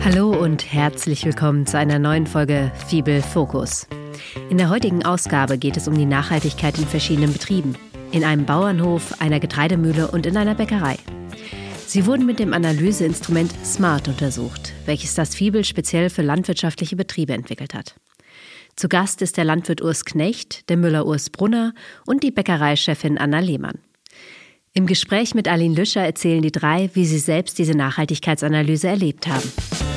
Hallo und herzlich willkommen zu einer neuen Folge Fibel Fokus. In der heutigen Ausgabe geht es um die Nachhaltigkeit in verschiedenen Betrieben. In einem Bauernhof, einer Getreidemühle und in einer Bäckerei. Sie wurden mit dem Analyseinstrument SMART untersucht, welches das Fibel speziell für landwirtschaftliche Betriebe entwickelt hat. Zu Gast ist der Landwirt Urs Knecht, der Müller Urs Brunner und die Bäckereichefin Anna Lehmann. Im Gespräch mit Aline Lüscher erzählen die drei, wie sie selbst diese Nachhaltigkeitsanalyse erlebt haben.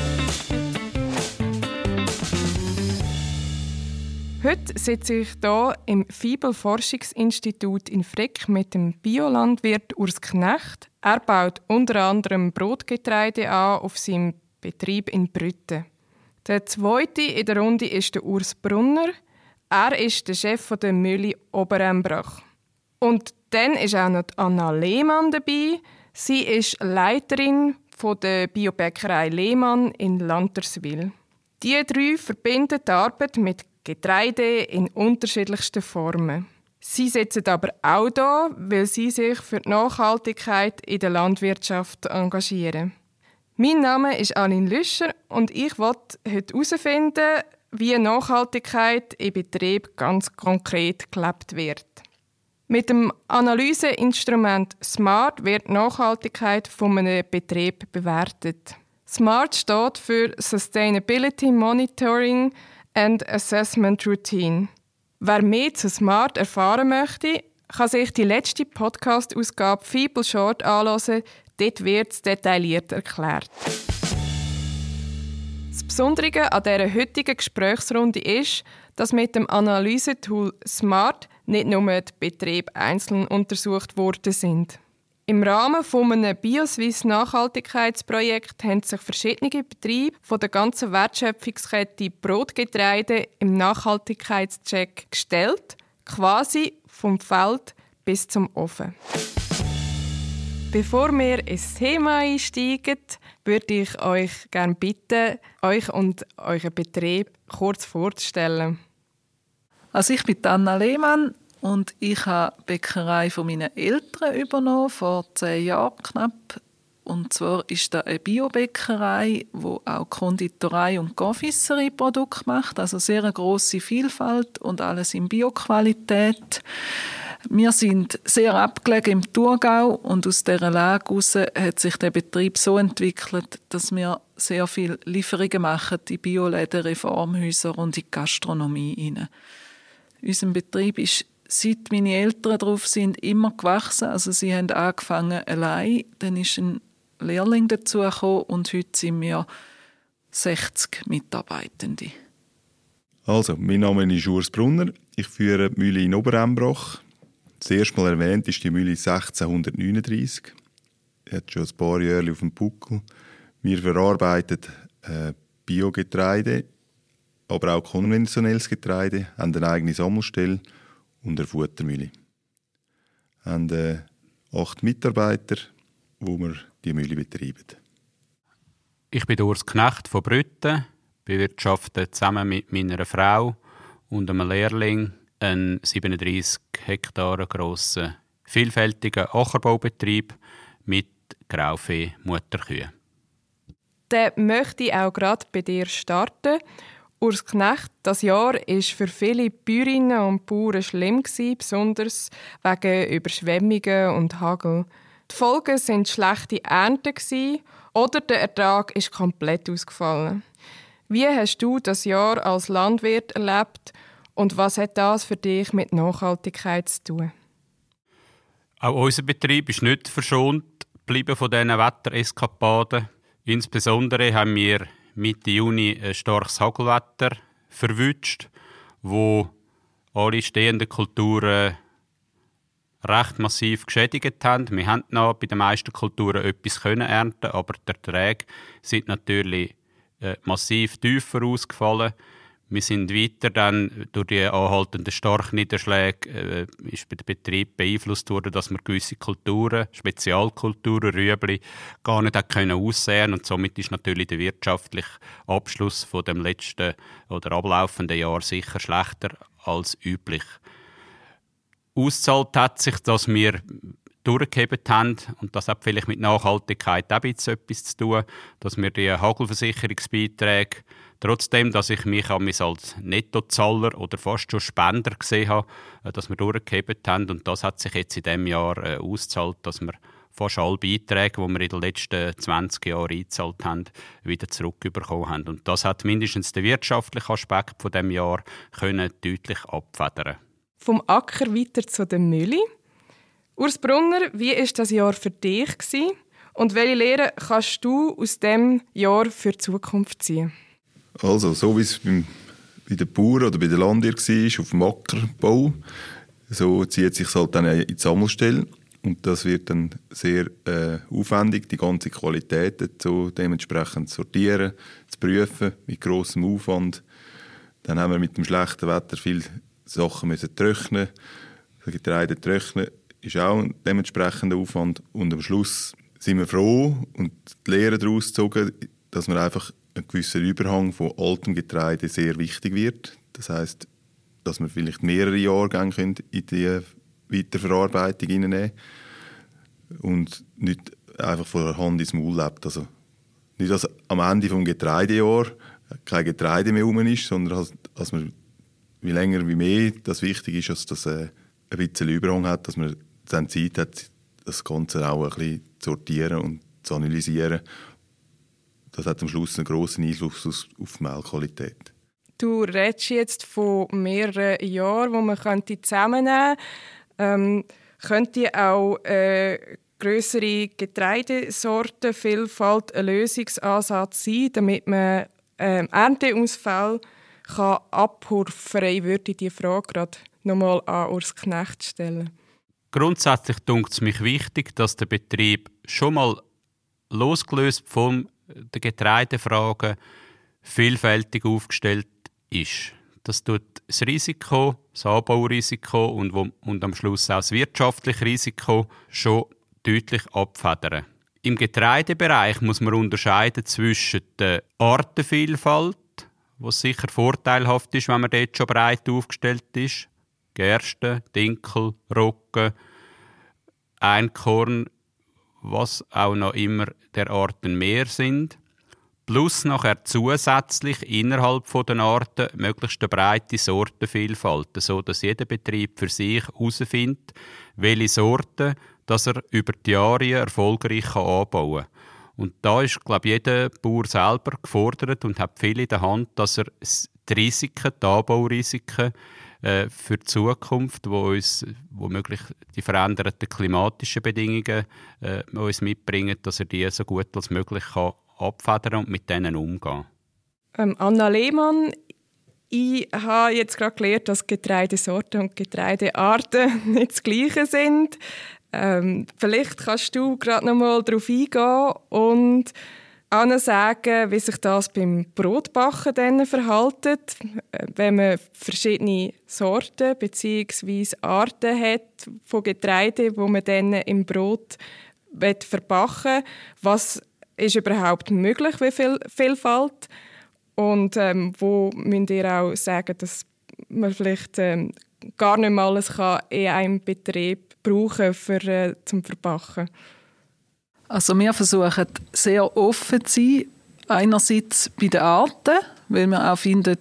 Heute sitze ich hier im Fibel-Forschungsinstitut in Frick mit dem Biolandwirt Urs Knecht. Er baut unter anderem Brotgetreide an auf seinem Betrieb in Brütte. Der zweite in der Runde ist der Urs Brunner. Er ist der Chef der Mühle Oberembrach. Und dann ist auch noch Anna Lehmann dabei. Sie ist Leiterin der Biobäckerei Lehmann in Lanterswil. Die drei verbinden die Arbeit mit Getreide in unterschiedlichsten Formen. Sie sitzen aber auch da, weil sie sich für die Nachhaltigkeit in der Landwirtschaft engagieren. Mein Name ist Aline Lüscher und ich wollte heute herausfinden, wie Nachhaltigkeit im Betrieb ganz konkret gelebt wird. Mit dem Analyseinstrument SMART wird die Nachhaltigkeit von einem Betrieb bewertet. SMART steht für Sustainability Monitoring and Assessment Routine. Wer mehr zu SMART erfahren möchte, kann sich die letzte Podcast-Ausgabe Fibel Short anhören. Dort wird es detailliert erklärt. Das Besondere an dieser heutigen Gesprächsrunde ist, dass mit dem Analysetool SMART nicht nur die Betriebe einzeln untersucht worden sind. Im Rahmen eines Bioswiss-Nachhaltigkeitsprojekts haben sich verschiedene Betriebe von der ganzen Wertschöpfungskette Brotgetreide im Nachhaltigkeitscheck gestellt, quasi vom Feld bis zum Ofen. Bevor wir ins Thema einsteigen, würde ich euch gerne bitten, euch und euren Betrieb kurz vorzustellen. Also ich bin Anna Lehmann und ich habe die Bäckerei von meinen Eltern übernommen, vor 10 Jahren knapp. Und zwar ist das eine Biobäckerei, die auch Konditorei und Confiserie-Produkte macht. Also sehr eine grosse Vielfalt und alles in Bioqualität. Wir sind sehr abgelegen im Thurgau und aus dieser Lage heraus hat sich der Betrieb so entwickelt, dass wir sehr viele Lieferungen machen in Bioläden, Reformhäuser und in die Gastronomie hinein. Unser Betrieb ist, seit meine Eltern drauf sind, immer gewachsen. Also sie haben angefangen allein, dann ist ein Lehrling dazugekommen und heute sind wir 60 Mitarbeitende. Also, mein Name ist Urs Brunner. Ich führe die Mühle in Oberembrach. Das erste Mal erwähnt ist die Mühle 1639. Sie hat schon ein paar Jahre auf dem Buckel. Wir verarbeiten Biogetreide, aber auch konventionelles Getreide, haben eine eigene Sammelstelle und eine Futtermühle. Wir haben 8 Mitarbeiter, wo wir die Mühle betreiben. Ich bin Urs Knecht von Brütte, bewirtschafte zusammen mit meiner Frau und einem Lehrling einen 37 Hektar grossen, vielfältigen Ackerbaubetrieb mit Graufee-Mutterkühen. Dann möchte ich auch gerade bei dir starten. Urs Knecht, das Jahr war für viele Bäuerinnen und Bauern schlimm, besonders wegen Überschwemmungen und Hagel. Die Folgen waren schlechte Ernten oder der Ertrag ist komplett ausgefallen. Wie hast du das Jahr als Landwirt erlebt und was hat das für dich mit Nachhaltigkeit zu tun? Auch unser Betrieb ist nicht verschont geblieben von diesen Wettereskapaden. Insbesondere haben wir Mitte Juni ein starkes Hagelwetter verwünscht, wo alle stehenden Kulturen recht massiv geschädigt haben. Wir haben noch bei den meisten Kulturen etwas ernten, aber die Erträge sind natürlich massiv tiefer ausgefallen. Wir sind weiter dann durch die anhaltenden Starkniederschläge ist der Betrieb beeinflusst worden, dass wir gewisse Kulturen, Spezialkulturen, Rüebli, gar nicht aussehen und somit ist natürlich der wirtschaftliche Abschluss von dem letzten oder ablaufenden Jahr sicher schlechter als üblich. Ausgezahlt hat sich, dass wir durchgehebt haben. Und das hat vielleicht mit Nachhaltigkeit auch etwas zu tun, dass wir die Hagelversicherungsbeiträge, trotzdem, dass ich mich als Nettozahler oder fast schon Spender gesehen habe, dass wir durchgehebt haben. Und das hat sich jetzt in diesem Jahr ausgezahlt, dass wir fast alle Beiträge, die wir in den letzten 20 Jahren eingezahlt haben, wieder zurückbekommen haben. Und das hat mindestens den wirtschaftlichen Aspekt von diesem Jahr können deutlich abfedern. Vom Acker weiter zu der Mühle. Urs Brunner, wie war das Jahr für dich gewesen? Und welche Lehren kannst du aus diesem Jahr für die Zukunft ziehen? Also, so wie es bei den Bauern oder bei den Landwirten war, auf dem Ackerbau, so zieht es sich halt dann in die Sammelstelle. Und das wird dann sehr aufwendig, die ganze Qualität dazu dementsprechend sortieren, zu prüfen, mit grossem Aufwand. Dann haben wir mit dem schlechten Wetter viele Sachen müssen trocknen. Das Getreide trocknen ist auch ein dementsprechender Aufwand. Und am Schluss sind wir froh und die Lehre daraus gezogen, dass wir einfach ein gewisser Überhang von altem Getreide sehr wichtig wird. Das heisst, dass wir vielleicht mehrere Jahrgänge in die Weiterverarbeitung hineinnehmen und nicht einfach von der Hand ins Maul lebt. Also nicht, dass am Ende des Getreidejahr kein Getreide mehr rum ist, sondern dass man wie länger wie mehr das wichtig ist, dass das ein bisschen Überhang hat, dass man dann Zeit hat, das Ganze auch ein bisschen zu sortieren und zu analysieren. Das hat am Schluss einen grossen Einfluss auf die Mehlqualität. Du redest jetzt von mehreren Jahren, die man zusammennehmen könnte. Könnte auch grössere Getreidesortenvielfalt ein Lösungsansatz sein, damit man Ernteausfälle abhorfen kann? Ich würde die Frage gerade nochmal an Urs Knecht stellen. Grundsätzlich dünkt es mich wichtig, dass der Betrieb schon mal losgelöst von der Getreidefrage vielfältig aufgestellt ist. Das tut das Risiko, das Anbaurisiko und am Schluss auch das wirtschaftliche Risiko schon deutlich abfedern. Im Getreidebereich muss man unterscheiden zwischen der Artenvielfalt, was sicher vorteilhaft ist, wenn man dort schon breit aufgestellt ist. Gerste, Dinkel, Roggen, Einkorn, was auch noch immer der Arten mehr sind. Plus nachher zusätzlich innerhalb der Arten möglichst eine breite Sortenvielfalt, sodass jeder Betrieb für sich herausfindet, welche Sorten dass er über die Jahre erfolgreich anbauen kann. Und da ist, glaube ich, jeder Bauer selber gefordert und hat viel in der Hand, dass er die Risiken, die Anbaurisiken für die Zukunft, wo möglich die veränderten klimatischen Bedingungen uns mitbringen, dass er die so gut als möglich abfedern und mit denen umgehen. Anna Lehmann, ich habe jetzt gerade gelernt, dass Getreidesorten und Getreidearten nicht das Gleiche sind. Vielleicht kannst du gerade noch mal darauf eingehen und auch sagen, wie sich das beim Brotbacken dann verhält, wenn man verschiedene Sorten bzw. Arten hat von Getreide, wo man dann im Brot verbacken will. Was ist überhaupt möglich, wie viel Vielfalt? Und wo müsst ihr auch sagen, dass man vielleicht gar nicht mehr alles in einem Betrieb brauchen kann zum Verpacken? Also wir versuchen sehr offen zu sein, einerseits bei den Arten, weil wir auch finden,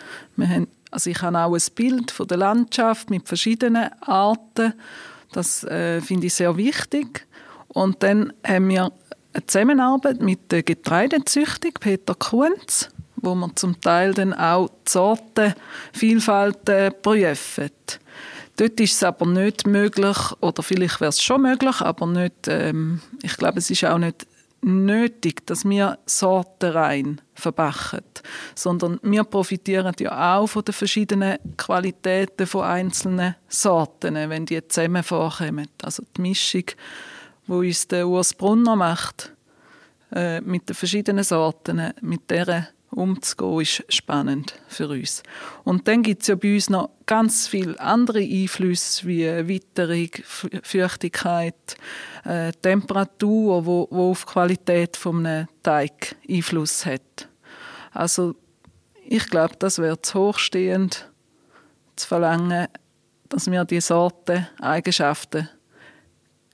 ich habe auch ein Bild von der Landschaft mit verschiedenen Arten, das finde ich sehr wichtig. Und dann haben wir eine Zusammenarbeit mit der Getreidezüchtung Peter Kunz, wo wir zum Teil dann auch die Sortenvielfalt prüfen. Dort ist es aber nicht möglich, oder vielleicht wäre es schon möglich, aber nicht, ich glaube, es ist auch nicht nötig, dass wir sortenrein verbacken, sondern wir profitieren ja auch von den verschiedenen Qualitäten von einzelnen Sorten, wenn die zusammen vorkommen. Also die Mischung, die uns der Urs Brunner macht, mit den verschiedenen Sorten, mit der umzugehen, ist spannend für uns. Und dann gibt es ja bei uns noch ganz viele andere Einflüsse wie Witterung, Feuchtigkeit, Temperatur, wo auf die Qualität eines Teig Einfluss hat. Also ich glaube, das wäre zu hochstehend zu verlangen, dass wir die Sorteneigenschaften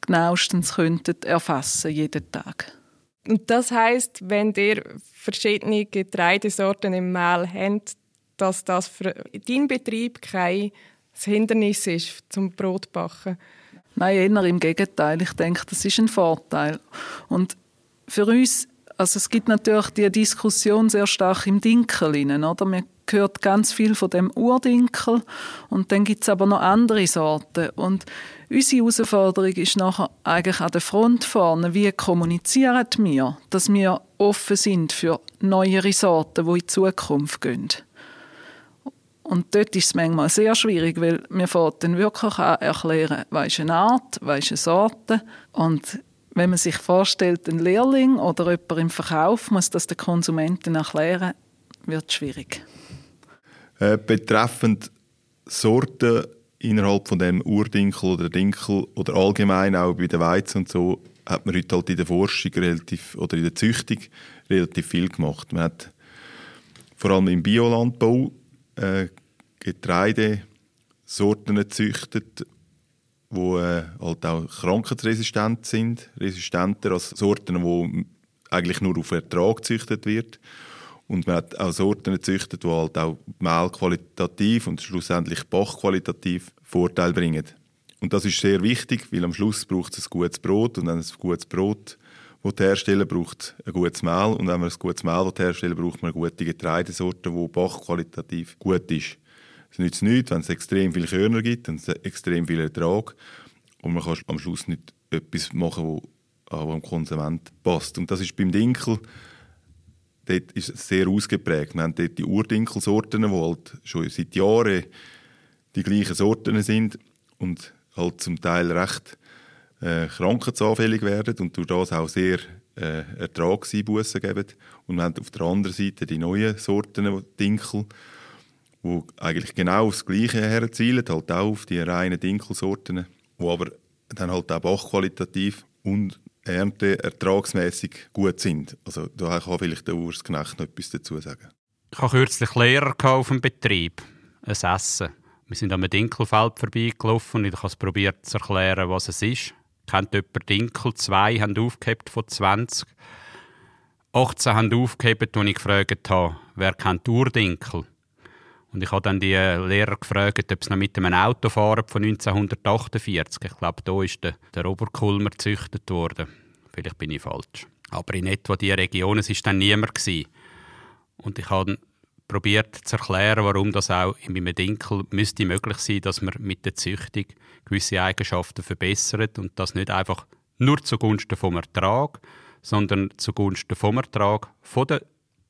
genauestens erfassen jeden Tag. Und das heisst, wenn ihr verschiedene Getreidesorten im Mehl habt, dass das für deinen Betrieb kein Hindernis ist zum Brotbacken? Nein, eher im Gegenteil. Ich denke, das ist ein Vorteil. Und für uns, also es gibt natürlich die Diskussion sehr stark im Dinkel rein, oder? Man hört ganz viel von dem Urdinkel und dann gibt es aber noch andere Sorten. Und unsere Herausforderung ist nachher eigentlich an der Front vorne, wie kommunizieren wir, dass wir offen sind für neuere Sorten, die in die Zukunft gehen. Und dort ist es manchmal sehr schwierig, weil wir dann wirklich erklären, was ist eine Art, was ist eine Sorte. Und wenn man sich vorstellt, ein Lehrling oder jemand im Verkauf muss das den Konsumenten erklären, wird es schwierig. Betreffend Sorten innerhalb von dem Urdinkel oder Dinkel oder allgemein auch bei den Weizen und so, hat man heute halt in der Forschung oder in der Züchtung relativ viel gemacht. Man hat vor allem im Biolandbau Getreidesorten gezüchtet, die halt auch krankheitsresistent sind, resistenter als Sorten, die eigentlich nur auf Ertrag gezüchtet wird. Und man hat auch Sorten gezüchtet, die halt auch mehlqualitativ und schlussendlich bachqualitativ Vorteil bringen. Und das ist sehr wichtig, weil am Schluss braucht es ein gutes Brot und wenn es ein gutes Brot herstellen braucht es ein gutes Mehl und wenn man ein gutes Mehl herstellen braucht man eine gute Getreidesorte, die bachqualitativ gut ist. Es nützt nichts, wenn es extrem viele Körner gibt und extrem viel Ertrag und man kann am Schluss nicht etwas machen, was dem Konsument passt. Und das ist beim Dinkel, dort ist es sehr ausgeprägt. Wir haben dort die Urdinkelsorten, die halt schon seit Jahren die gleichen Sorten sind und halt zum Teil recht krankheitsanfällig werden und durch das auch sehr Ertragseinbussen geben. Und wir haben auf der anderen Seite die neuen Sorten Dinkel, die eigentlich genau das Gleiche herzielen, halt auch auf die reinen Dinkelsorten, die aber dann halt auch bachqualitativ und ernteertragsmässig gut sind. Also da kann vielleicht der Urs Knecht noch etwas dazu sagen. Ich hatte kürzlich Lehrer auf dem Betrieb, ein Essen. Wir sind an einem Dinkelfeld vorbeigelaufen und ich habe probiert zu erklären, was es ist. Kennt jemand Dinkel? 2 haben aufgehebt von 20. 18 haben aufgehebt, als ich gefragt habe, wer kennt Urdinkel? Und ich habe dann die Lehrer gefragt, ob sie noch mit einem Auto fahren von 1948. Ich glaube, da ist der Oberkulmer gezüchtet worden. Vielleicht bin ich falsch. Aber in etwa diese Regionen war dann niemand gewesen. Und ich habe probiert zu erklären, warum das auch in meinem Dinkel müsste möglich sein, dass man mit der Züchtung gewisse Eigenschaften verbessert und das nicht einfach nur zugunsten vom Ertrag, sondern zugunsten vom Ertrag, von der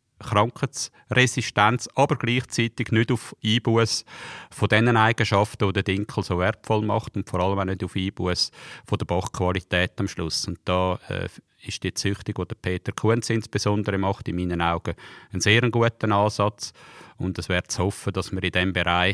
Krankheitsresistenz, aber gleichzeitig nicht auf Einbuss von den Eigenschaften, die der Dinkel so wertvoll macht und vor allem auch nicht auf Einbuss von der Bachqualität am Schluss. Und da ist die Züchtung, die der Peter Kunz insbesondere macht, in meinen Augen ein sehr guter Ansatz. Und es wäre zu hoffen, dass wir in diesem Bereich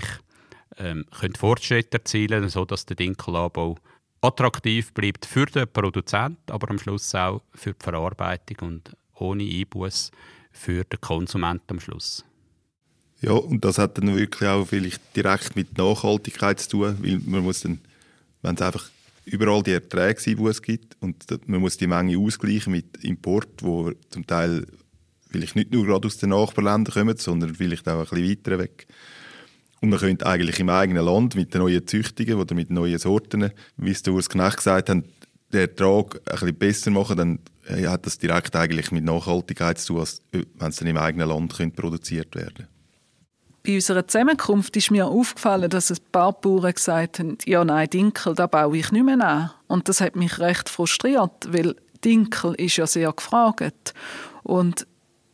Fortschritte erzielen können, sodass der Dinkelanbau attraktiv bleibt für den Produzenten, aber am Schluss auch für die Verarbeitung und ohne Einbuss für den Konsumenten am Schluss. Ja, und das hat dann wirklich auch vielleicht direkt mit Nachhaltigkeit zu tun, weil man muss dann, wenn es einfach überall die Erträge gibt und man muss die Menge ausgleichen mit Import, wo zum Teil vielleicht nicht nur gerade aus den Nachbarländern kommen, sondern vielleicht auch ein bisschen weiter weg. Und man könnte eigentlich im eigenen Land mit den neuen Züchtungen oder mit neuen Sorten, wie es der Urs Knecht gesagt hat, den Ertrag ein bisschen besser machen, dann hat das direkt eigentlich mit Nachhaltigkeit zu tun, als wenn es dann im eigenen Land produziert werden könnte. Bei unserer Zusammenkunft ist mir aufgefallen, dass ein paar Bauern gesagt haben, ja nein, Dinkel, da baue ich nicht mehr an. Und das hat mich recht frustriert, weil Dinkel ist ja sehr gefragt. Und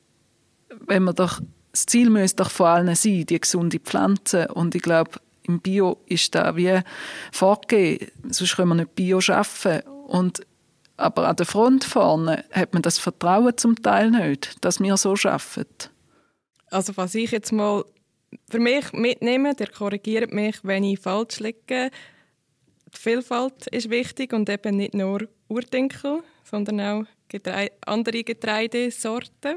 wenn man doch, das Ziel müsste doch vor allem sein, die gesunde Pflanze. Und ich glaube, im Bio ist da wie vorgegeben, sonst können wir nicht Bio arbeiten. Aber an der Front vorne hat man das Vertrauen zum Teil nicht, dass wir so arbeiten. Also was ich jetzt mal für mich mitnehme, der korrigiert mich, wenn ich falsch liege. Die Vielfalt ist wichtig und eben nicht nur Urdinkel, sondern auch andere Getreidesorten.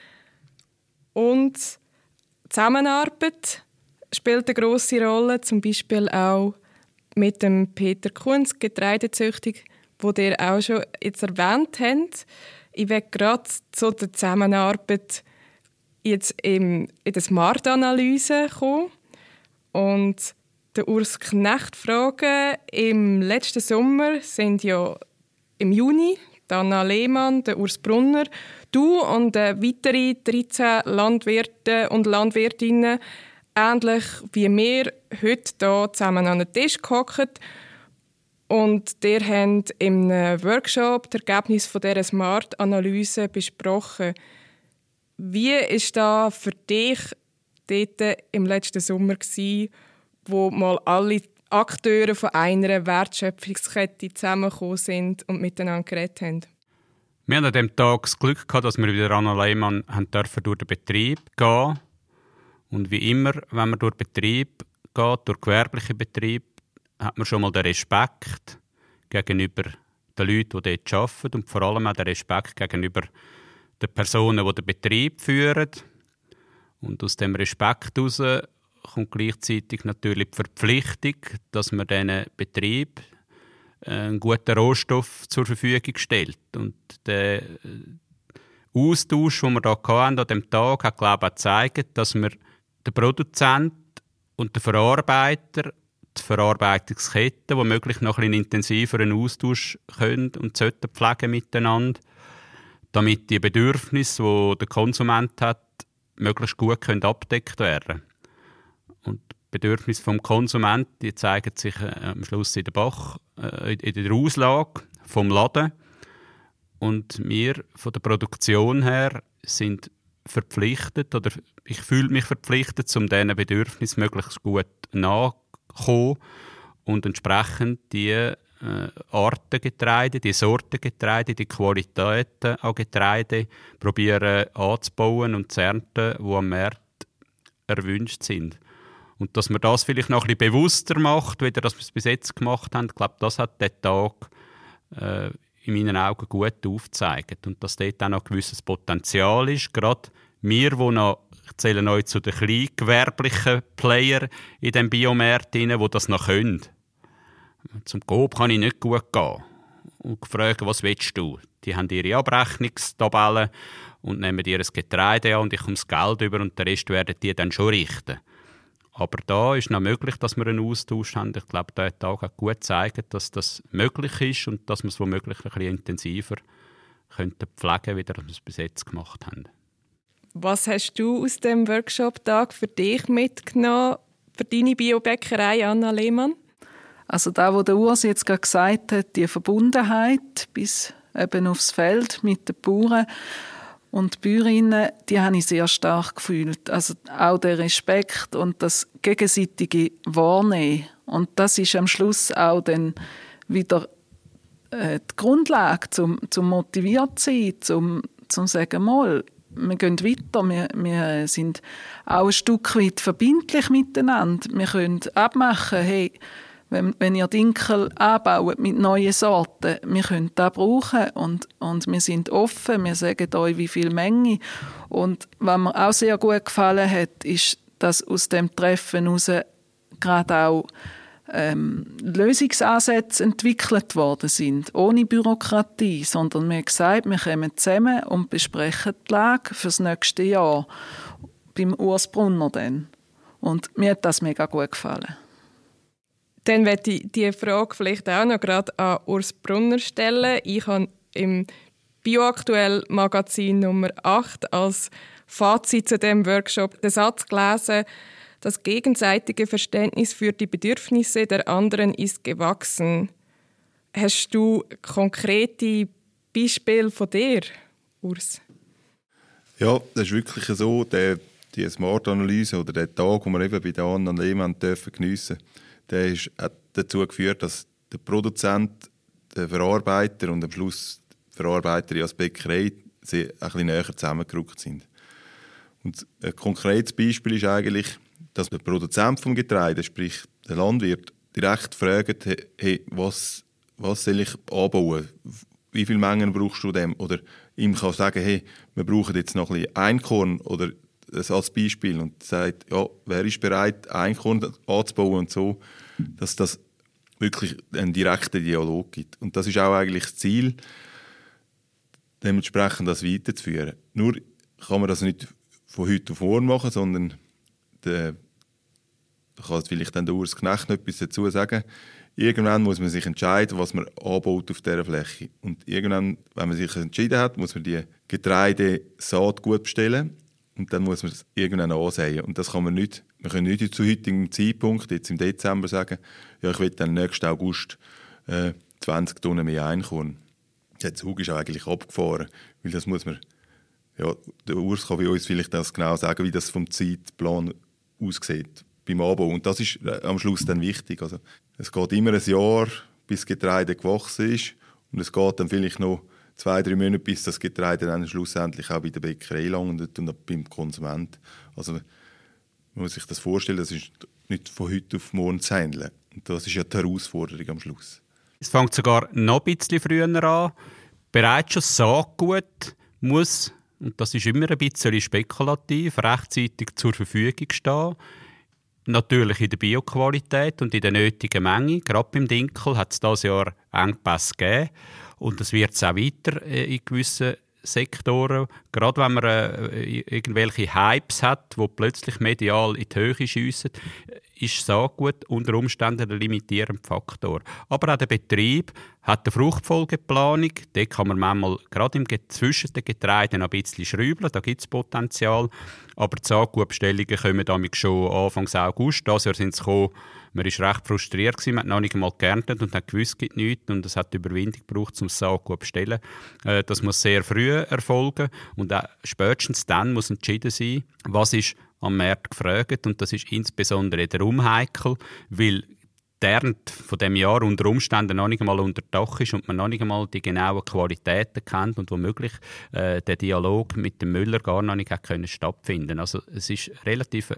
Und Zusammenarbeit spielt eine grosse Rolle, zum Beispiel auch mit dem Peter Kunz, Getreidezüchtung, wo ihr auch schon jetzt erwähnt habt. Ich will gerade zu der Zusammenarbeit jetzt in der Smart-Analyse kommen. Und der Urs Knecht fragen, im letzten Sommer sind ja im Juni Anna Lehmann, der Urs Brunner, du und weitere 13 Landwirte und Landwirtinnen, ähnlich wie wir, heute hier zusammen an den Tisch gehockt. Und ihr habt im Workshop das Ergebnis von dieser Smart-Analyse besprochen. Wie war das für dich dort im letzten Sommer, wo mal alle Akteure von einer Wertschöpfungskette zusammengekommen sind und miteinander geredet haben? Wir hatten an diesem Tag das Glück gehabt, dass wir mit Anna Lehmann durch den Betrieb gehen. Und wie immer, wenn man durch Betrieb geht, durch gewerbliche Betrieb, hat man schon mal den Respekt gegenüber den Leuten, die dort arbeiten und vor allem auch den Respekt gegenüber den Personen, die den Betrieb führen. Und aus dem Respekt heraus kommt gleichzeitig natürlich die Verpflichtung, dass man diesen Betrieb einen guten Rohstoff zur Verfügung stellt. Und der Austausch, den wir hier an diesem Tag hat, glaube ich, auch gezeigt, dass wir den Produzent und den Verarbeiter, die Verarbeitungskette, womöglich noch ein intensiveren Austausch können und sollten pflegen miteinander, damit die Bedürfnisse, die der Konsument hat, möglichst gut abgedeckt werden können. Und die Bedürfnisse des Konsumenten die zeigen sich am Schluss in der Auslage vom Laden. Und wir von der Produktion her sind verpflichtet, oder ich fühle mich verpflichtet, um diesen Bedürfnissen möglichst gut nachzukommen und entsprechend die Arten Getreide, die Sorten Getreide, die Qualitäten an Getreide probieren anzubauen und zu ernten, die am Markt erwünscht sind. Und dass man das vielleicht noch ein bisschen bewusster macht, wie wir es bis jetzt gemacht haben, ich glaube, das hat der Tag in meinen Augen gut aufgezeigt. Und dass dort auch noch ein gewisses Potenzial ist, gerade wir, die noch, ich zähle neu zu den kleingewerblichen Player in diesem Biomarkt, die das noch können. Zum Coop kann ich nicht gut gehen und fragen, was willst du? Die haben ihre Abrechnungstabellen und nehmen ihr Getreide an und ich komme das Geld über und den Rest werden die dann schon richten. Aber da ist noch möglich, dass wir einen Austausch haben. Ich glaube, der Tag hat gut gezeigt, dass das möglich ist und dass wir es womöglich ein bisschen intensiver pflegen könnten, wie wir es bis jetzt gemacht haben. Was hast du aus dem Workshop-Tag für dich mitgenommen, für deine Biobäckerei, Anna Lehmann? Also da, wo der Urs jetzt gerade gesagt hat, die Verbundenheit bis eben aufs Feld mit den Bauern und Bäuerinnen, die habe ich sehr stark gefühlt. Also auch der Respekt und das gegenseitige Wahrnehmen. Und das ist am Schluss auch dann wieder die Grundlage, zum motiviert zu sein, zum sagen, mal, wir gehen weiter, wir sind auch ein Stück weit verbindlich miteinander. Wir können abmachen, hey, wenn ihr Dinkel anbaut mit neuen Sorten, wir können das brauchen und wir sind offen, wir sagen euch, wie viel Menge. Und was mir auch sehr gut gefallen hat, ist, dass aus dem Treffen heraus gerade auch Lösungsansätze entwickelt worden sind, ohne Bürokratie, sondern wir haben gesagt, wir kommen zusammen und besprechen die Lage für das nächste Jahr beim Urs Brunner dann. Und mir hat das mega gut gefallen. Dann möchte ich diese Frage vielleicht auch noch gerade an Urs Brunner stellen. Ich habe im Bioaktuell Magazin Nummer 8 als Fazit zu diesem Workshop den Satz gelesen: Das gegenseitige Verständnis für die Bedürfnisse der anderen ist gewachsen. Hast du konkrete Beispiele von dir, Urs? Ja, das ist wirklich so. Die Smart-Analyse oder der Tag, den wir eben bei der Anna Lehmann geniessen dürfen, der hat dazu geführt, dass der Produzent, der Verarbeiter und am Schluss die Verarbeiterin als Bäckerei ein bisschen näher zusammengerückt sind. Und ein konkretes Beispiel ist eigentlich, dass der Produzent vom Getreide, sprich der Landwirt, direkt fragt, hey, was soll ich anbauen? Wie viele Mengen brauchst du dem? Oder ihm kann sagen, hey, wir brauchen jetzt noch ein bisschen Einkorn oder das als Beispiel und sagt, ja, wer ist bereit, Einkorn anzubauen und so, dass das wirklich einen direkten Dialog gibt. Und das ist auch eigentlich das Ziel, dementsprechend das weiterzuführen. Nur kann man das nicht von heute auf morgen machen, sondern da kann vielleicht dann der Urs Knecht noch etwas dazu sagen. Irgendwann muss man sich entscheiden, was man anbaut auf dieser Fläche. Und irgendwann, wenn man sich entschieden hat, muss man die Getreidesaat gut bestellen und dann muss man es irgendwann ansehen. Und das kann man nicht, wir können nicht zu heutigem Zeitpunkt, jetzt im Dezember, sagen, ja, ich will dann nächsten August 20 Tonnen mehr Einkorn. Der Zug ist eigentlich abgefahren, weil das muss man, ja, der Urs kann bei uns vielleicht das genau sagen, wie das vom Zeitplan aussieht beim Anbau. Und das ist am Schluss dann wichtig. Also, es geht immer ein Jahr, bis das Getreide gewachsen ist. Und es geht dann vielleicht noch 2-3 Monate, bis das Getreide dann schlussendlich auch bei der Bäckerei landet und beim Konsument. Also man muss sich das vorstellen, das ist nicht von heute auf morgen zu handeln. Und das ist ja die Herausforderung am Schluss. Es fängt sogar noch ein bisschen früher an. Bereits schon Saatgut muss, und das ist immer ein bisschen spekulativ, rechtzeitig zur Verfügung stehen. Natürlich in der Bioqualität und in der nötigen Menge. Gerade beim Dinkel hat es dieses Jahr Engpässe gegeben. Und das wird es auch weiter in gewissen Sektoren. Gerade wenn man irgendwelche Hypes hat, die plötzlich medial in die Höhe schiessen, ist Saatgut unter Umständen ein limitierender Faktor. Aber auch der Betrieb hat eine Fruchtfolgeplanung. Da kann man manchmal gerade zwischen den Getreiden ein bisschen schrauben. Da gibt es Potenzial. Aber die Saatgutbestellungen kommen damit schon Anfang August. Dieses Jahr sind sie gekommen. Man war recht frustriert, man hat noch nicht einmal geerntet und hat gewusst, es gibt nichts. Und es hat Überwindung gebraucht, um das Saatgut zu bestellen. Das muss sehr früh erfolgen. Und auch spätestens dann muss entschieden sein, was ist am Markt gefragt. Und das ist insbesondere darum heikel, weil die Ernte von diesem Jahr unter Umständen noch nicht einmal unter Dach ist und man noch nicht einmal die genauen Qualitäten kennt und womöglich der Dialog mit dem Müller gar noch nicht stattfinden konnte. Also es ist relativ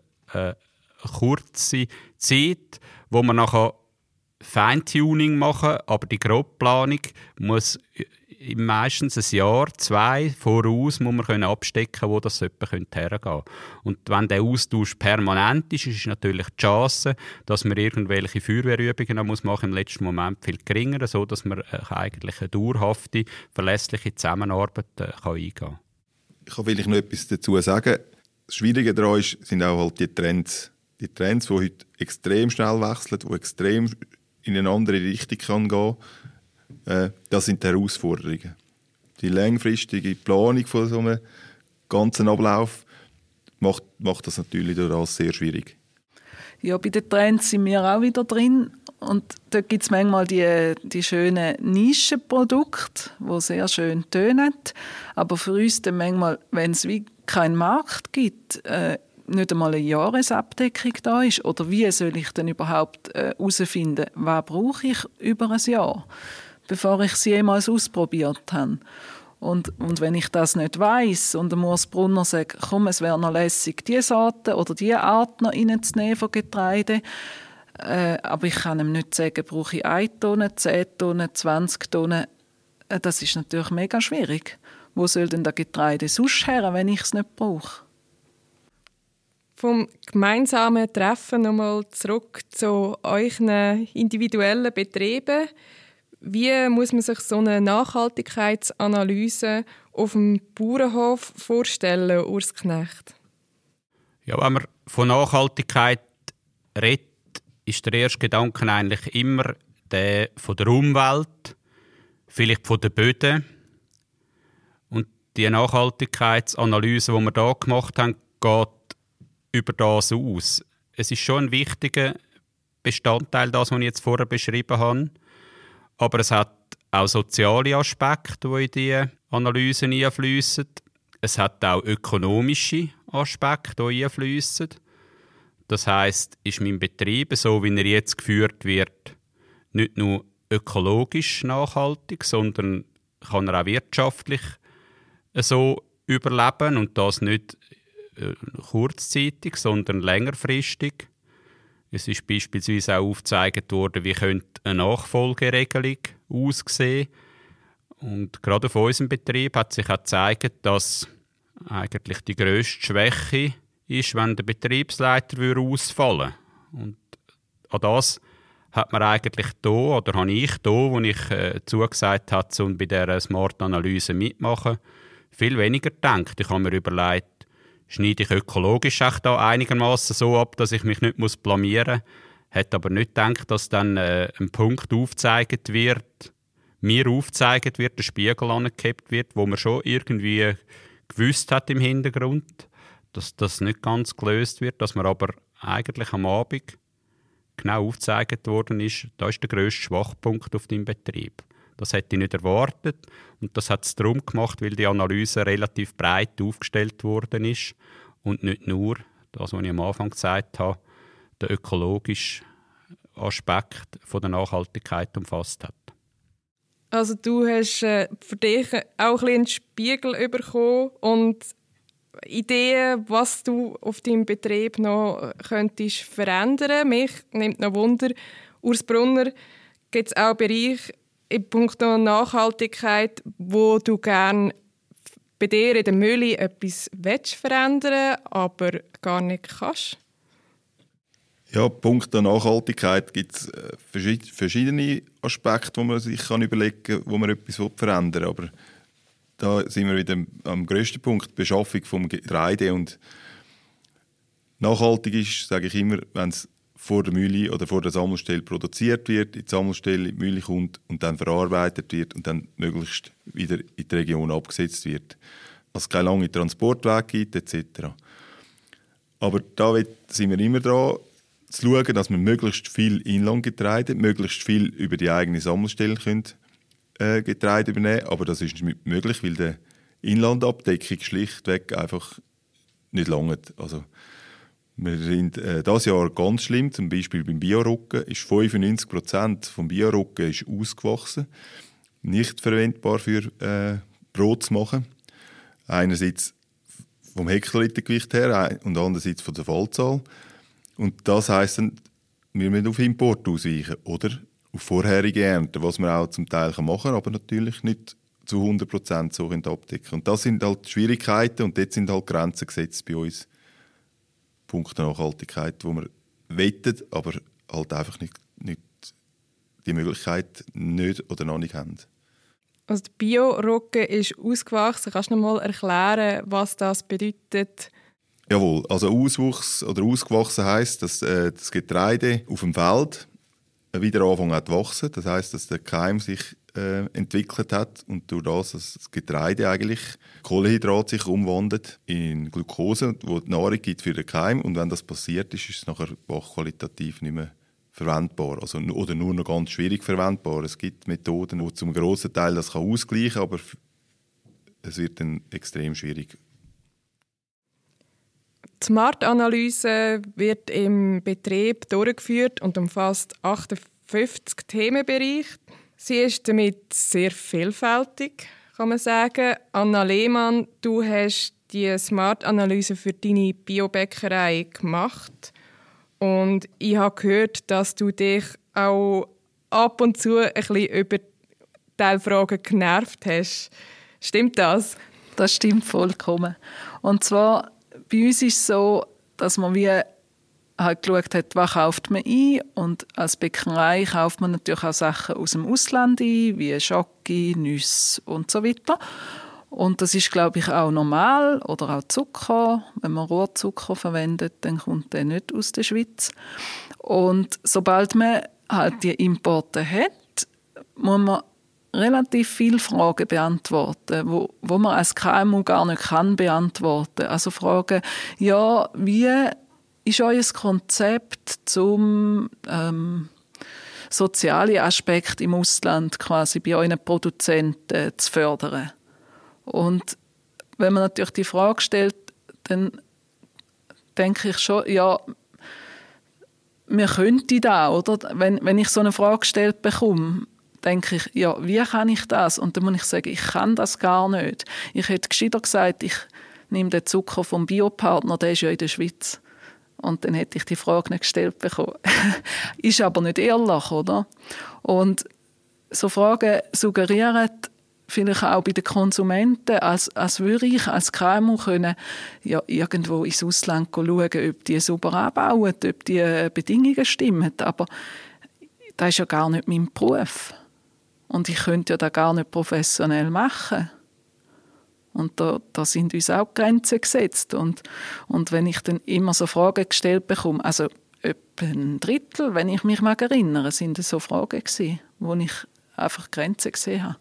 kurze Zeit, wo man nachher Feintuning machen, aber die Grobplanung muss meistens ein Jahr, 2 voraus muss man abstecken, wo das hergehen könnte. Und wenn der Austausch permanent ist, ist natürlich die Chance, dass man irgendwelche Feuerwehrübungen noch machen muss, im letzten Moment viel geringer, sodass man eigentlich eine dauerhafte, verlässliche Zusammenarbeit eingehen kann. Ich kann vielleicht noch etwas dazu sagen. Das Schwierige daran sind auch halt die Trends. Die Trends, die heute extrem schnell wechseln, die extrem in eine andere Richtung gehen kann, das sind die Herausforderungen. Die langfristige Planung von so einem ganzen Ablauf macht das natürlich durch alles sehr schwierig. Ja, bei den Trends sind wir auch wieder drin. Und dort gibt es manchmal die schönen Nischenprodukte, die sehr schön tönen. Aber für uns dann manchmal, wenn es wie keinen Markt gibt, nicht einmal eine Jahresabdeckung da ist. Oder wie soll ich denn überhaupt herausfinden, was brauche ich über ein Jahr, bevor ich es jemals ausprobiert habe. Und wenn ich das nicht weiss und der Urs Brunner sagt, komm, es wäre noch lässig, diese Sorte oder diese Art noch reinzunehmen von Getreide, aber ich kann ihm nicht sagen, brauche ich 1 Tonne, 10 Tonnen, 20 Tonnen. Das ist natürlich mega schwierig. Wo soll denn das Getreide sonst her, wenn ich es nicht brauche? Vom gemeinsamen Treffen nochmal zurück zu euren individuellen Betrieben. Wie muss man sich so eine Nachhaltigkeitsanalyse auf dem Bauernhof vorstellen, Urs Knecht? Ja, wenn man von Nachhaltigkeit redet, ist der erste Gedanke eigentlich immer der von der Umwelt, vielleicht von den Böden. Und die Nachhaltigkeitsanalyse, die wir hier gemacht haben, geht über das aus. Es ist schon ein wichtiger Bestandteil, das, was ich jetzt vorher beschrieben habe. Aber es hat auch soziale Aspekte, die in diese Analyse einfließen. Es hat auch ökonomische Aspekte, die einfließen. Das heisst, ist mein Betrieb, so wie er jetzt geführt wird, nicht nur ökologisch nachhaltig, sondern kann er auch wirtschaftlich so überleben und das nicht kurzzeitig, sondern längerfristig. Es ist beispielsweise auch aufgezeigt worden, wie könnte eine Nachfolgeregelung aussehen. Und gerade auf unserem Betrieb hat sich auch gezeigt, dass eigentlich die grösste Schwäche ist, wenn der Betriebsleiter ausfallen würde. Und an das hat man eigentlich da, oder habe ich da, wo ich zugesagt habe, um bei dieser Smart-Analyse mitmachen, viel weniger gedacht. Ich habe mir überlegt, schneide ich ökologisch auch da einigermaßen so ab, dass ich mich nicht blamieren muss. Hätte aber nicht gedacht, dass dann ein Punkt aufgezeigt wird, mir aufgezeigt wird, der Spiegel angehebt wird, wo man schon irgendwie gewusst hat im Hintergrund, dass das nicht ganz gelöst wird, dass man aber eigentlich am Abend genau aufgezeigt worden ist, da ist der grösste Schwachpunkt auf deinem Betrieb. Das hätte ich nicht erwartet und das hat es darum gemacht, weil die Analyse relativ breit aufgestellt worden ist und nicht nur, das, was ich am Anfang gesagt habe, den ökologischen Aspekt von der Nachhaltigkeit umfasst hat. Also du hast für dich auch ein bisschen einen Spiegel bekommen und Ideen, was du auf deinem Betrieb noch könntest verändern. Mich nimmt noch Wunder, Urs Brunner, gibt es auch Bereiche in puncto Nachhaltigkeit, wo du gerne bei dir in der Mühle etwas verändern willst, aber gar nicht kannst? Ja, puncto Nachhaltigkeit gibt es verschiedene Aspekte, wo man sich überlegen kann, wo man etwas verändern will. Aber da sind wir wieder am grössten Punkt, die Beschaffung vom Getreide. Und nachhaltig ist, sage ich immer, wenn es vor der Mühle oder vor der Sammelstelle produziert wird, in die Sammelstelle, in die Mühle kommt und dann verarbeitet wird und dann möglichst wieder in die Region abgesetzt wird. Dass es keine langen Transportwege gibt, etc. Aber da sind wir immer dran, zu schauen, dass wir möglichst viel Inlandgetreide, möglichst viel über die eigene Sammelstelle Getreide übernehmen, aber das ist nicht möglich, weil die Inlandabdeckung schlichtweg einfach nicht langt. Also wir sind dieses Jahr ganz schlimm, zum Beispiel beim Biorücken ist 95% vom Biorücken ist ausgewachsen, nicht verwendbar für Brot zu machen. Einerseits vom Hektolitergewicht her und andererseits von der Fallzahl. Und das heisst dann, wir müssen auf Import ausweichen oder auf vorherige Ernten, was man auch zum Teil machen kann, aber natürlich nicht zu 100% so abdecken. Und das sind halt Schwierigkeiten und dort sind halt Grenzen gesetzt bei uns. Punkte Nachhaltigkeit, wo wir wettet, aber halt einfach nicht die Möglichkeit nicht oder noch nicht haben. Also der Bio-Roggen ist ausgewachsen. Kannst du noch mal erklären, was das bedeutet? Jawohl, also Auswuchs oder ausgewachsen heisst, dass das Getreide auf dem Feld wieder anfangen zu wachsen. Das heisst, dass der Keim sich entwickelt hat und durch das, dass das Getreide eigentlich Kohlehydrat sich umwandelt in Glucose, wo die Nahrung gibt für den Keim. Und wenn das passiert ist, ist es nachher qualitativ nicht mehr verwendbar. Also, oder nur noch ganz schwierig verwendbar. Es gibt Methoden, die zum grossen Teil das ausgleichen kann, aber es wird dann extrem schwierig. Die Smart-Analyse wird im Betrieb durchgeführt und umfasst 58 Themenbereiche. Sie ist damit sehr vielfältig, kann man sagen. Anna Lehmann, du hast die Smart-Analyse für deine Biobäckerei gemacht. Und ich habe gehört, dass du dich auch ab und zu ein bisschen über Teilfragen genervt hast. Stimmt das? Das stimmt vollkommen. Und zwar bei uns ist es so, dass man wie halt geschaut hat, was kauft man ein. Und als Bäckerei kauft man natürlich auch Sachen aus dem Ausland ein, wie Schoki, Nüsse und so weiter. Und das ist, glaube ich, auch normal. Oder auch Zucker. Wenn man Rohrzucker verwendet, dann kommt der nicht aus der Schweiz. Und sobald man halt die Importe hat, muss man relativ viele Fragen beantworten, wo man als KMU gar nicht kann beantworten. Also Fragen, ja, wie ist euer Konzept zum sozialen Aspekt im Ausland quasi bei euren Produzenten zu fördern? Und wenn man natürlich die Frage stellt, dann denke ich schon, ja, wir könnten das, oder? Wenn ich so eine Frage gestellt bekomme, denke ich, ja, wie kann ich das? Und dann muss ich sagen, ich kann das gar nicht. Ich hätte gescheiter gesagt, ich nehme den Zucker vom Biopartner, der ist ja in der Schweiz. Und dann hätte ich die Frage nicht gestellt bekommen. Ist aber nicht ehrlich, oder? Und so Fragen suggerieren vielleicht auch bei den Konsumenten, als würde ich als KMU können, ja, irgendwo ins Ausland schauen, ob die sauber anbauen, ob die Bedingungen stimmen. Aber das ist ja gar nicht mein Beruf. Und ich könnte ja das gar nicht professionell machen. Und da sind uns auch Grenzen gesetzt. Und wenn ich dann immer so Fragen gestellt bekomme, also etwa ein Drittel, wenn ich mich mag erinnere, sind das so Fragen gewesen, wo ich einfach Grenzen gesehen habe.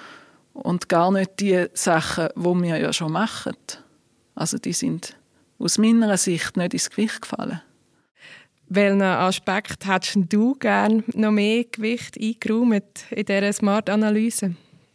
Und gar nicht die Sachen, die wir ja schon machen. Also die sind aus meiner Sicht nicht ins Gewicht gefallen. Welchen Aspekt hättest du gerne noch mehr Gewicht eingeräumt in dieser Smart-Analyse?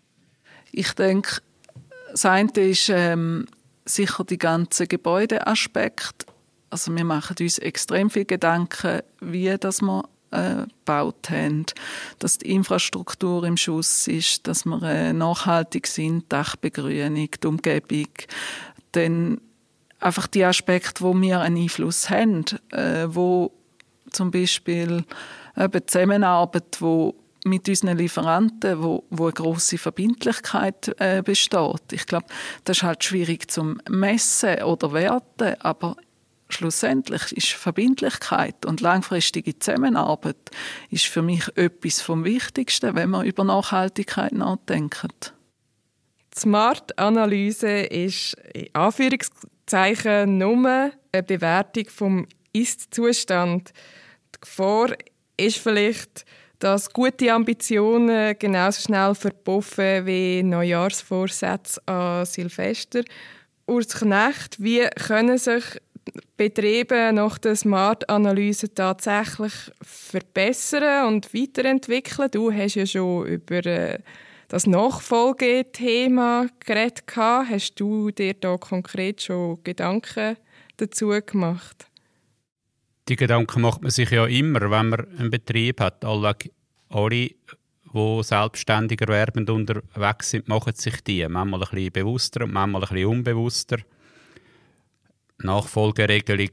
Ich denke, das eine ist sicher die ganzen Gebäudeaspekte. Also wir machen uns extrem viel Gedanken, wie das wir gebaut haben, dass die Infrastruktur im Schuss ist, dass wir nachhaltig sind, Dachbegrünung, die Umgebung. Dann einfach die Aspekte, wo wir einen Einfluss haben, wo zum Beispiel die Zusammenarbeit, wo mit unseren Lieferanten, wo eine grosse Verbindlichkeit besteht. Ich glaube, das ist halt schwierig zum Messen oder werten, aber schlussendlich ist Verbindlichkeit und langfristige Zusammenarbeit ist für mich etwas vom Wichtigsten, wenn man über Nachhaltigkeit nachdenkt. Die Smart-Analyse ist in Anführungszeichen nur eine Bewertung vom Ist-Zustand. Die Gefahr ist vielleicht, dass gute Ambitionen genauso schnell verpuffen wie Neujahrsvorsätze an Silvester. Urs Knecht, wie können sich Betriebe nach der Smart-Analyse tatsächlich verbessern und weiterentwickeln? Du hast ja schon über das Nachfolgethema geredet. Hast du dir da konkret schon Gedanken dazu gemacht? Die Gedanken macht man sich ja immer, wenn man einen Betrieb hat. Alle, die selbstständig erwerbend unterwegs sind, machen sich die. Manchmal ein bisschen bewusster und manchmal ein bisschen unbewusster. Nachfolgeregelung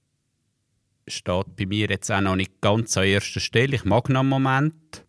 steht bei mir jetzt auch noch nicht ganz an erster Stelle. Ich mag noch einen Moment,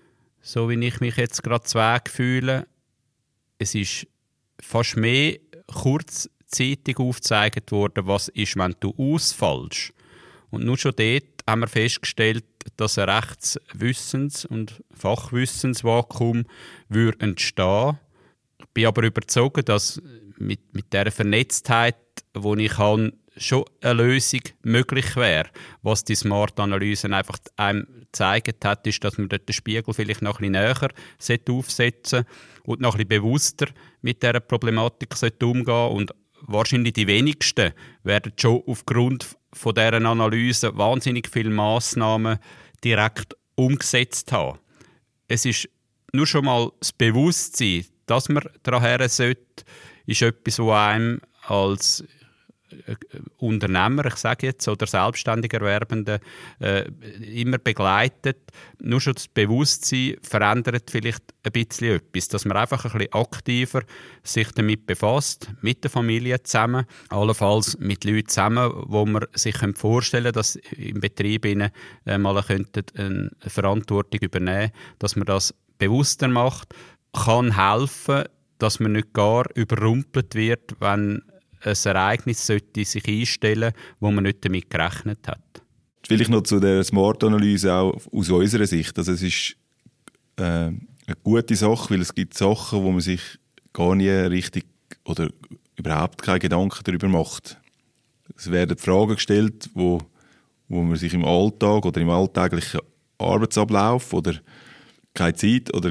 so wie ich mich jetzt gerade zu Weg fühle. Es ist fast mehr kurzzeitig aufgezeigt worden, was ist, wenn du ausfallst. Und nur schon dort haben wir festgestellt, dass ein Rechtswissens- und Fachwissensvakuum entstehen würde. Ich bin aber überzeugt, dass mit dieser Vernetztheit, die ich habe, schon eine Lösung möglich wäre. Was die Smart-Analyse einfach einem gezeigt hat, ist, dass man dort den Spiegel vielleicht noch ein bisschen näher aufsetzen und noch ein bisschen bewusster mit dieser Problematik umgehen sollte. Und wahrscheinlich die wenigsten werden schon aufgrund von dieser Analyse wahnsinnig viele Massnahmen direkt umgesetzt haben. Es ist nur schon mal das Bewusstsein, dass man daran sollte, ist etwas, was einem als Unternehmer, ich sage jetzt, oder selbstständig Erwerbende immer begleitet. Nur schon das Bewusstsein verändert vielleicht ein bisschen etwas, dass man einfach ein bisschen aktiver sich damit befasst, mit der Familie zusammen, allenfalls mit Leuten zusammen, wo man sich vorstellen könnte, dass im Betrieb mal eine Verantwortung übernehmen könnte, dass man das bewusster macht, kann helfen, dass man nicht gar überrumpelt wird, wenn ein Ereignis sollte sich einstellen, wo man nicht damit gerechnet hat. Vielleicht noch zu der Smart-Analyse auch aus unserer Sicht. Also es ist eine gute Sache, weil es gibt Sachen, wo man sich gar nie richtig oder überhaupt keine Gedanken darüber macht. Es werden Fragen gestellt, wo man sich im Alltag oder im alltäglichen Arbeitsablauf oder keine Zeit oder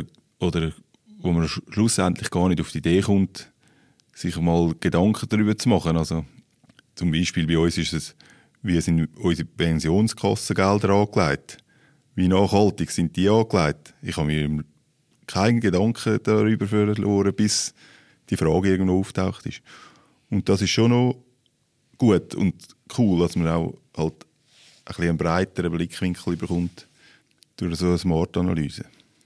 wo man schlussendlich gar nicht auf die Idee kommt, sich mal Gedanken darüber zu machen. Also, zum Beispiel bei uns ist es, wie sind unsere Pensionskassengelder angelegt? Wie nachhaltig sind die angelegt? Ich habe mir keinen Gedanken darüber verloren, bis die Frage irgendwo auftaucht ist. Und das ist schon noch gut und cool, dass man auch halt ein bisschen einen breiteren Blickwinkel bekommt durch so eine Smart-Analyse.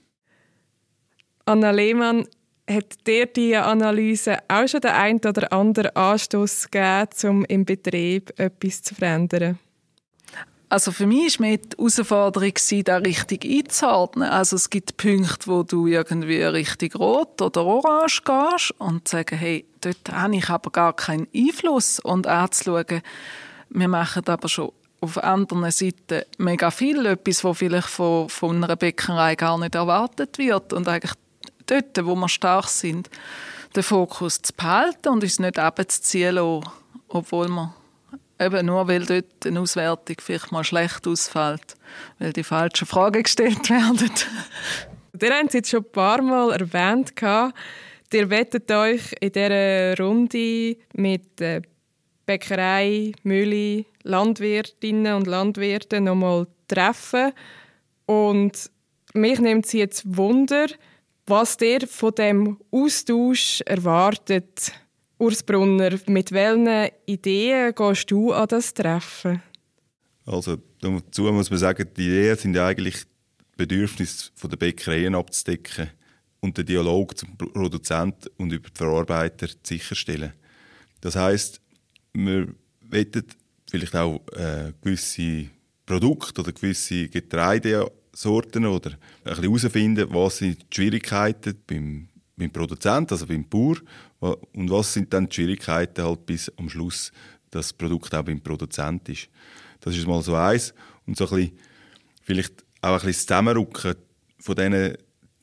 Anna Lehmann, hat dir diese Analyse auch schon den einen oder anderen Anstoß gegeben, um im Betrieb etwas zu verändern? Also für mich war die Herausforderung, da richtig einzuordnen. Also es gibt Punkte, wo du irgendwie richtig rot oder orange gehst und sagen, hey, dort habe ich aber gar keinen Einfluss. Und anzuschauen, wir machen aber schon auf anderen Seiten mega viel, etwas, was vielleicht von einer Bäckerei gar nicht erwartet wird. Und eigentlich dort, wo wir stark sind, den Fokus zu behalten und uns nicht runterzuziehen lassen, obwohl wir eben nur, weil dort eine Auswertung vielleicht mal schlecht ausfällt, weil die falschen Fragen gestellt werden. Ihr habt es jetzt schon ein paar Mal erwähnt. Ihr wettet euch in dieser Runde mit Bäckerei, Mühle, Landwirtinnen und Landwirten noch mal treffen. Und mich nimmt es jetzt Wunder, was ihr von diesem Austausch erwartet. Urs Brunner, mit welchen Ideen gehst du an das Treffen? Also dazu muss man sagen, die Ideen sind ja eigentlich Bedürfnisse der Bäckereien abzudecken und den Dialog zum Produzenten und über die Verarbeiter sicherstellen. Das heisst, wir wollen vielleicht auch gewisse Produkte oder gewisse Getreidesorten oder ein bisschen herausfinden, was sind die Schwierigkeiten beim Produzenten, also beim Bauer, und was sind dann die Schwierigkeiten halt bis am Schluss, dass das Produkt auch beim Produzent ist. Das ist mal so eins. Und so ein bisschen, vielleicht auch ein bisschen das Zusammenrücken von diesen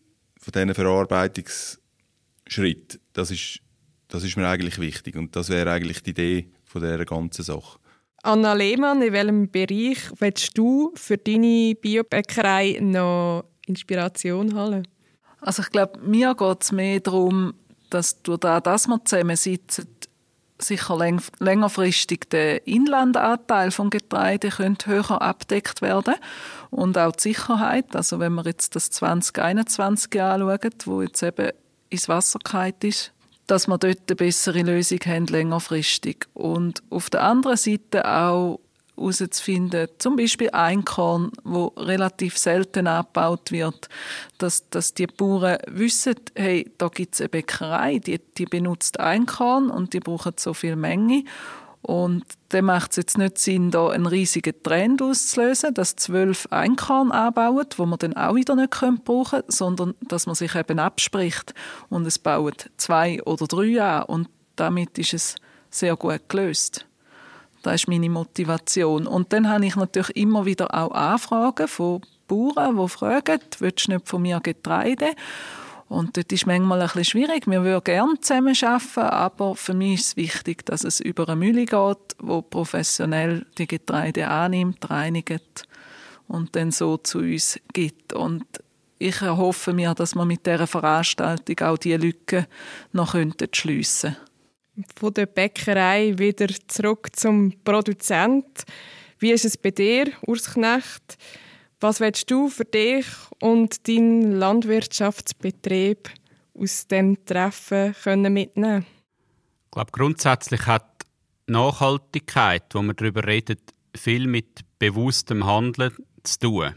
Verarbeitungsschritten, das ist mir eigentlich wichtig. Und das wäre eigentlich die Idee von dieser ganzen Sache. Anna Lehmann, in welchem Bereich willst du für deine Biobäckerei noch Inspiration holen? Also ich glaube, mir geht es mehr darum, dass durch das, dass wir zusammensitzen, sicher längerfristig der Inlandanteil von Getreide könnte höher abgedeckt werden und auch die Sicherheit. Also wenn wir jetzt das 2021 anschauen, wo jetzt eben ins Wasser gefallen ist, dass wir dort eine bessere Lösung haben längerfristig. Und auf der anderen Seite auch herauszufinden, zum Beispiel Einkorn, wo relativ selten angebaut wird, dass die Bauern wissen, hey, da gibt es eine Bäckerei, die benutzt Einkorn und die brauchen so viel Menge. Und dann macht es jetzt nicht Sinn, da einen riesigen Trend auszulösen, dass 12 Einkorn anbauen, wo man dann auch wieder nicht brauchen können, sondern dass man sich eben abspricht und es bauen 2 oder 3 an. Und damit ist es sehr gut gelöst. Das ist meine Motivation. Und dann habe ich natürlich immer wieder auch Anfragen von Bauern, die fragen, willst du nicht von mir Getreide? Und dort ist es manchmal ein bisschen schwierig. Wir würden gerne zusammenarbeiten, aber für mich ist es wichtig, dass es über eine Mühle geht, die professionell die Getreide annimmt, reinigt und dann so zu uns gibt. Und ich erhoffe mir, dass wir mit dieser Veranstaltung auch diese Lücken noch schliessen könnten. Von der Bäckerei wieder zurück zum Produzent. Wie ist es bei dir, Urs Knecht? Was willst du für dich und deinen Landwirtschaftsbetrieb aus dem Treffen mitnehmen? Ich glaube, grundsätzlich hat Nachhaltigkeit, wo wir darüber reden, viel mit bewusstem Handeln zu tun.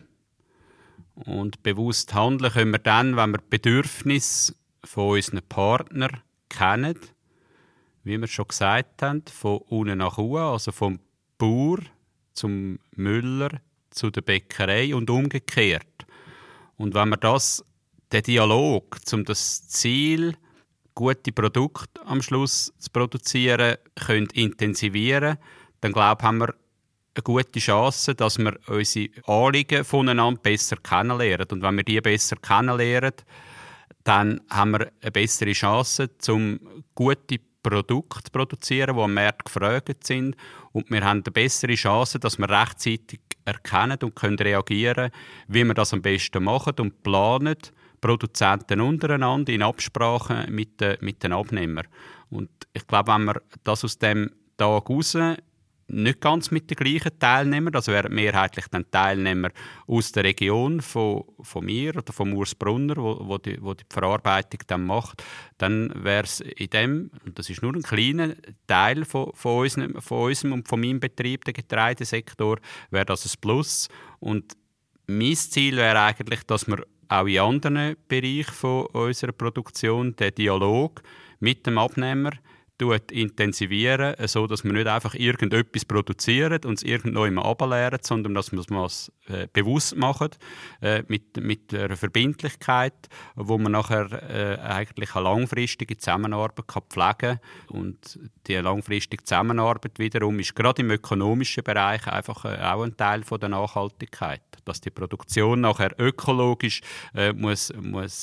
Und bewusst handeln können wir dann, wenn wir die Bedürfnisse von unseren Partnern kennen, wie wir schon gesagt haben, von unten nach oben, also vom Bauer zum Müller zu der Bäckerei und umgekehrt. Und wenn wir den Dialog, um das Ziel, gute Produkte am Schluss zu produzieren, können intensivieren, dann glaube ich, haben wir eine gute Chance, dass wir unsere Anliegen voneinander besser kennenlernen. Und wenn wir die besser kennenlernen, dann haben wir eine bessere Chance, um gute Produkte zu produzieren, die am Markt gefragt sind. Und wir haben eine bessere Chance, dass wir rechtzeitig erkennen und können reagieren, wie wir das am besten machen und planen, Produzenten untereinander in Absprache mit den Abnehmern. Und ich glaube, wenn wir das aus dem Tag raus nicht ganz mit den gleichen Teilnehmern, also wären mehrheitlich dann Teilnehmer aus der Region von mir oder vom Urs Brunner, wo die Verarbeitung dann macht, dann wäre es in dem, und das ist nur ein kleiner Teil von unserem und von meinem Betrieb, der Getreidesektor, wäre das ein Plus. Und mein Ziel wäre eigentlich, dass wir auch in anderen Bereichen von unserer Produktion den Dialog mit dem Abnehmer intensivieren, so dass wir nicht einfach irgendetwas produzieren und es irgendwo immer runterleeren, sondern dass wir es bewusst machen, mit einer Verbindlichkeit, wo man nachher eigentlich eine langfristige Zusammenarbeit pflegen kann. Und die langfristige Zusammenarbeit wiederum ist gerade im ökonomischen Bereich einfach auch ein Teil von der Nachhaltigkeit. Dass die Produktion nachher ökologisch muss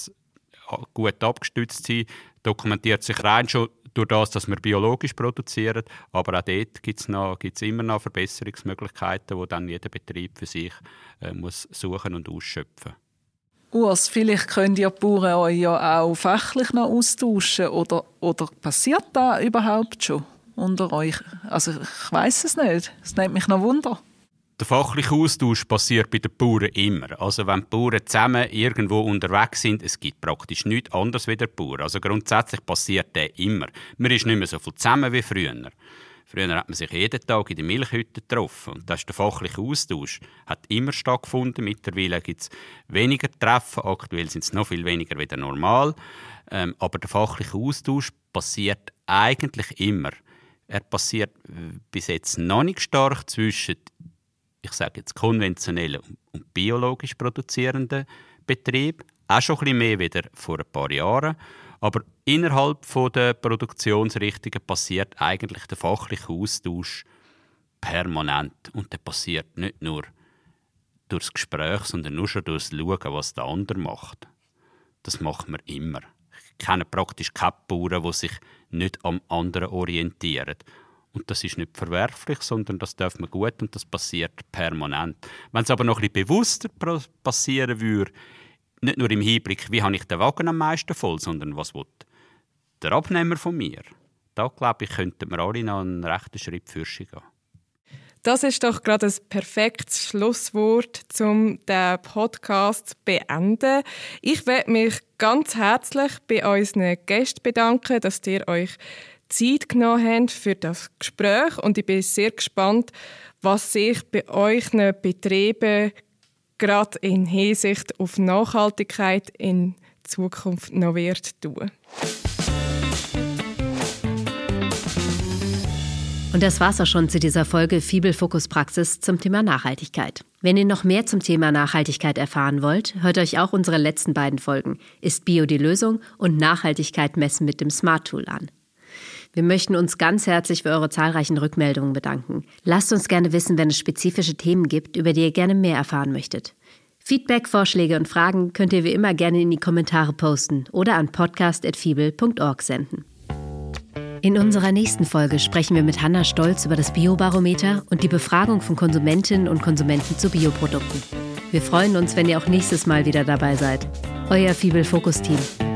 gut abgestützt sein, dokumentiert sich rein schon durch das, dass wir biologisch produzieren, aber auch dort gibt es immer noch Verbesserungsmöglichkeiten, die dann jeder Betrieb für sich muss suchen und ausschöpfen. Urs, vielleicht könnt ihr Bauern euch ja auch fachlich noch austauschen oder passiert das überhaupt schon unter euch? Also ich weiss es nicht, es nimmt mich noch Wunder. Der fachliche Austausch passiert bei den Bauern immer. Also wenn die Bauern zusammen irgendwo unterwegs sind, es gibt praktisch nichts anderes wie der Bauer. Also grundsätzlich passiert der immer. Man ist nicht mehr so viel zusammen wie früher. Früher hat man sich jeden Tag in der Milchhütte getroffen. Und das ist der fachliche Austausch. Hat immer stattgefunden. Mittlerweile gibt es weniger Treffen. Aktuell sind es noch viel weniger wie normal. Aber der fachliche Austausch passiert eigentlich immer. Er passiert bis jetzt noch nicht stark zwischen, ich sage jetzt, konventionellen und biologisch produzierenden Betrieben. Auch schon ein bisschen mehr wieder vor ein paar Jahren. Aber innerhalb der Produktionsrichtungen passiert eigentlich der fachliche Austausch permanent. Und der passiert nicht nur durch das Gespräch, sondern nur schon durch das Schauen, was der andere macht. Das macht man immer. Ich kenne praktisch keine Bauern, die sich nicht am anderen orientieren. Und das ist nicht verwerflich, sondern das darf man gut und das passiert permanent. Wenn es aber noch ein bisschen bewusster passieren würde, nicht nur im Hinblick, wie habe ich den Wagen am meisten voll, sondern was will der Abnehmer von mir? Da, glaube ich, könnten wir alle noch einen rechten Schritt fürschen gehen. Das ist doch gerade ein perfektes Schlusswort, um den Podcast zu beenden. Ich möchte mich ganz herzlich bei unseren Gästen bedanken, dass ihr euch Zeit genommen habt für das Gespräch. Und ich bin sehr gespannt, was sich bei euren Betrieben gerade in Hinsicht auf Nachhaltigkeit in Zukunft noch wird tun. Und das war's auch schon zu dieser Folge Fibel Fokus Praxis zum Thema Nachhaltigkeit. Wenn ihr noch mehr zum Thema Nachhaltigkeit erfahren wollt, hört euch auch unsere letzten beiden Folgen Ist Bio die Lösung und Nachhaltigkeit messen mit dem Smart Tool an. Wir möchten uns ganz herzlich für eure zahlreichen Rückmeldungen bedanken. Lasst uns gerne wissen, wenn es spezifische Themen gibt, über die ihr gerne mehr erfahren möchtet. Feedback, Vorschläge und Fragen könnt ihr wie immer gerne in die Kommentare posten oder an podcast@fibel.org senden. In unserer nächsten Folge sprechen wir mit Hanna Stolz über das Biobarometer und die Befragung von Konsumentinnen und Konsumenten zu Bioprodukten. Wir freuen uns, wenn ihr auch nächstes Mal wieder dabei seid. Euer Fibel Fokus Team.